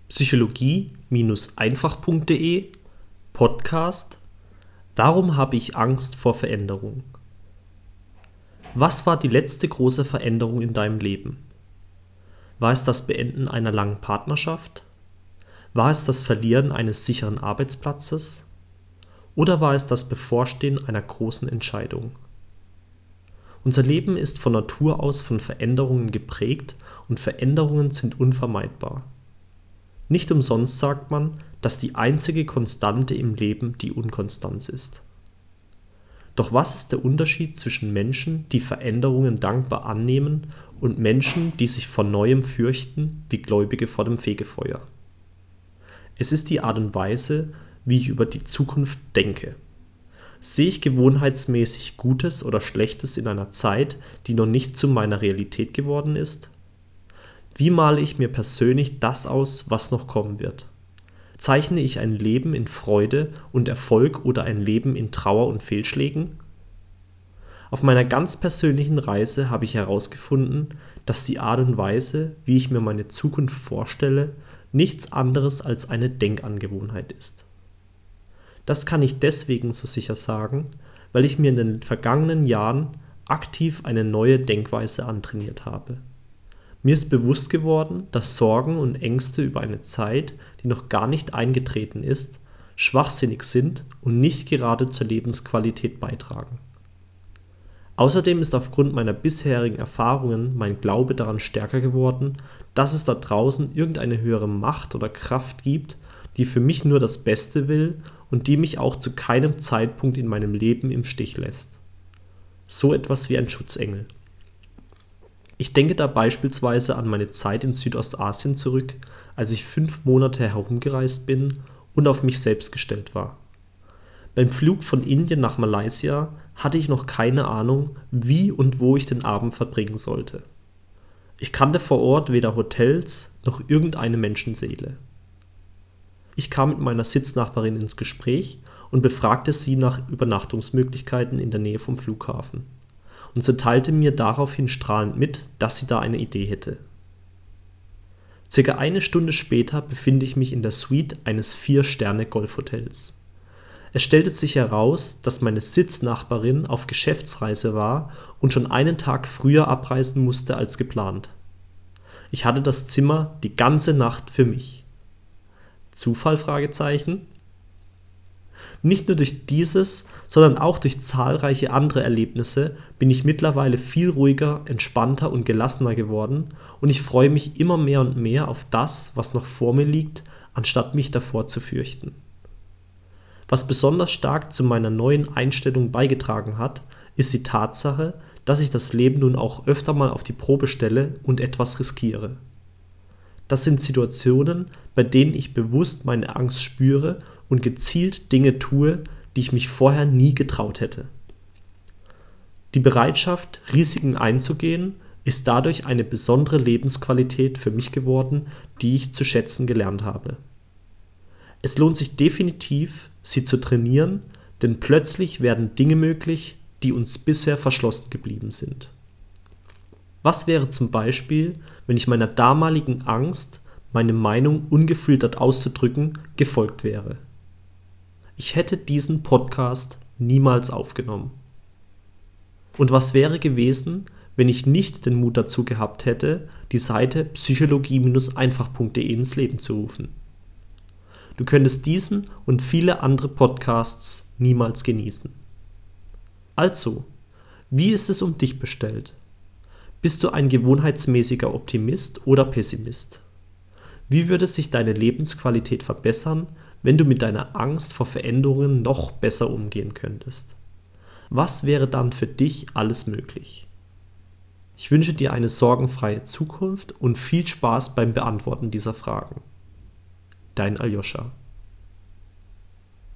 Psychologie-einfach.de Podcast. Warum habe ich Angst vor Veränderung? Was war die letzte große Veränderung in deinem Leben? War es das Beenden einer langen Partnerschaft? War es das Verlieren eines sicheren Arbeitsplatzes? Oder war es das Bevorstehen einer großen Entscheidung? Unser Leben ist von Natur aus von Veränderungen geprägt und Veränderungen sind unvermeidbar. Nicht umsonst sagt man, dass die einzige Konstante im Leben die Unkonstanz ist. Doch was ist der Unterschied zwischen Menschen, die Veränderungen dankbar annehmen, und Menschen, die sich vor Neuem fürchten, wie Gläubige vor dem Fegefeuer? Es ist die Art und Weise, wie ich über die Zukunft denke. Sehe ich gewohnheitsmäßig Gutes oder Schlechtes in einer Zeit, die noch nicht zu meiner Realität geworden ist? Wie male ich mir persönlich das aus, was noch kommen wird? Zeichne ich ein Leben in Freude und Erfolg oder ein Leben in Trauer und Fehlschlägen? Auf meiner ganz persönlichen Reise habe ich herausgefunden, dass die Art und Weise, wie ich mir meine Zukunft vorstelle, nichts anderes als eine Denkangewohnheit ist. Das kann ich deswegen so sicher sagen, weil ich mir in den vergangenen Jahren aktiv eine neue Denkweise antrainiert habe. Mir ist bewusst geworden, dass Sorgen und Ängste über eine Zeit, die noch gar nicht eingetreten ist, schwachsinnig sind und nicht gerade zur Lebensqualität beitragen. Außerdem ist aufgrund meiner bisherigen Erfahrungen mein Glaube daran stärker geworden, dass es da draußen irgendeine höhere Macht oder Kraft gibt, die für mich nur das Beste will und die mich auch zu keinem Zeitpunkt in meinem Leben im Stich lässt. So etwas wie ein Schutzengel. Ich denke da beispielsweise an meine Zeit in Südostasien zurück, als ich 5 Monate herumgereist bin und auf mich selbst gestellt war. Beim Flug von Indien nach Malaysia hatte ich noch keine Ahnung, wie und wo ich den Abend verbringen sollte. Ich kannte vor Ort weder Hotels noch irgendeine Menschenseele. Ich kam mit meiner Sitznachbarin ins Gespräch und befragte sie nach Übernachtungsmöglichkeiten in der Nähe vom Flughafen. Und sie teilte mir daraufhin strahlend mit, dass sie da eine Idee hätte. Circa eine Stunde später befinde ich mich in der Suite eines 4-Sterne-Golfhotels. Es stellte sich heraus, dass meine Sitznachbarin auf Geschäftsreise war und schon einen Tag früher abreisen musste als geplant. Ich hatte das Zimmer die ganze Nacht für mich. Zufall? Nicht nur durch dieses, sondern auch durch zahlreiche andere Erlebnisse bin ich mittlerweile viel ruhiger, entspannter und gelassener geworden und ich freue mich immer mehr und mehr auf das, was noch vor mir liegt, anstatt mich davor zu fürchten. Was besonders stark zu meiner neuen Einstellung beigetragen hat, ist die Tatsache, dass ich das Leben nun auch öfter mal auf die Probe stelle und etwas riskiere. Das sind Situationen, bei denen ich bewusst meine Angst spüre und gezielt Dinge tue, die ich mich vorher nie getraut hätte. Die Bereitschaft, Risiken einzugehen, ist dadurch eine besondere Lebensqualität für mich geworden, die ich zu schätzen gelernt habe. Es lohnt sich definitiv, sie zu trainieren, denn plötzlich werden Dinge möglich, die uns bisher verschlossen geblieben sind. Was wäre zum Beispiel, wenn ich meiner damaligen Angst, meine Meinung ungefiltert auszudrücken, gefolgt wäre? Ich hätte diesen Podcast niemals aufgenommen. Und was wäre gewesen, wenn ich nicht den Mut dazu gehabt hätte, die Seite psychologie-einfach.de ins Leben zu rufen? Du könntest diesen und viele andere Podcasts niemals genießen. Also, wie ist es um dich bestellt? Bist du ein gewohnheitsmäßiger Optimist oder Pessimist? Wie würde sich deine Lebensqualität verbessern, wenn du mit deiner Angst vor Veränderungen noch besser umgehen könntest? Was wäre dann für dich alles möglich? Ich wünsche dir eine sorgenfreie Zukunft und viel Spaß beim Beantworten dieser Fragen. Dein Aljoscha.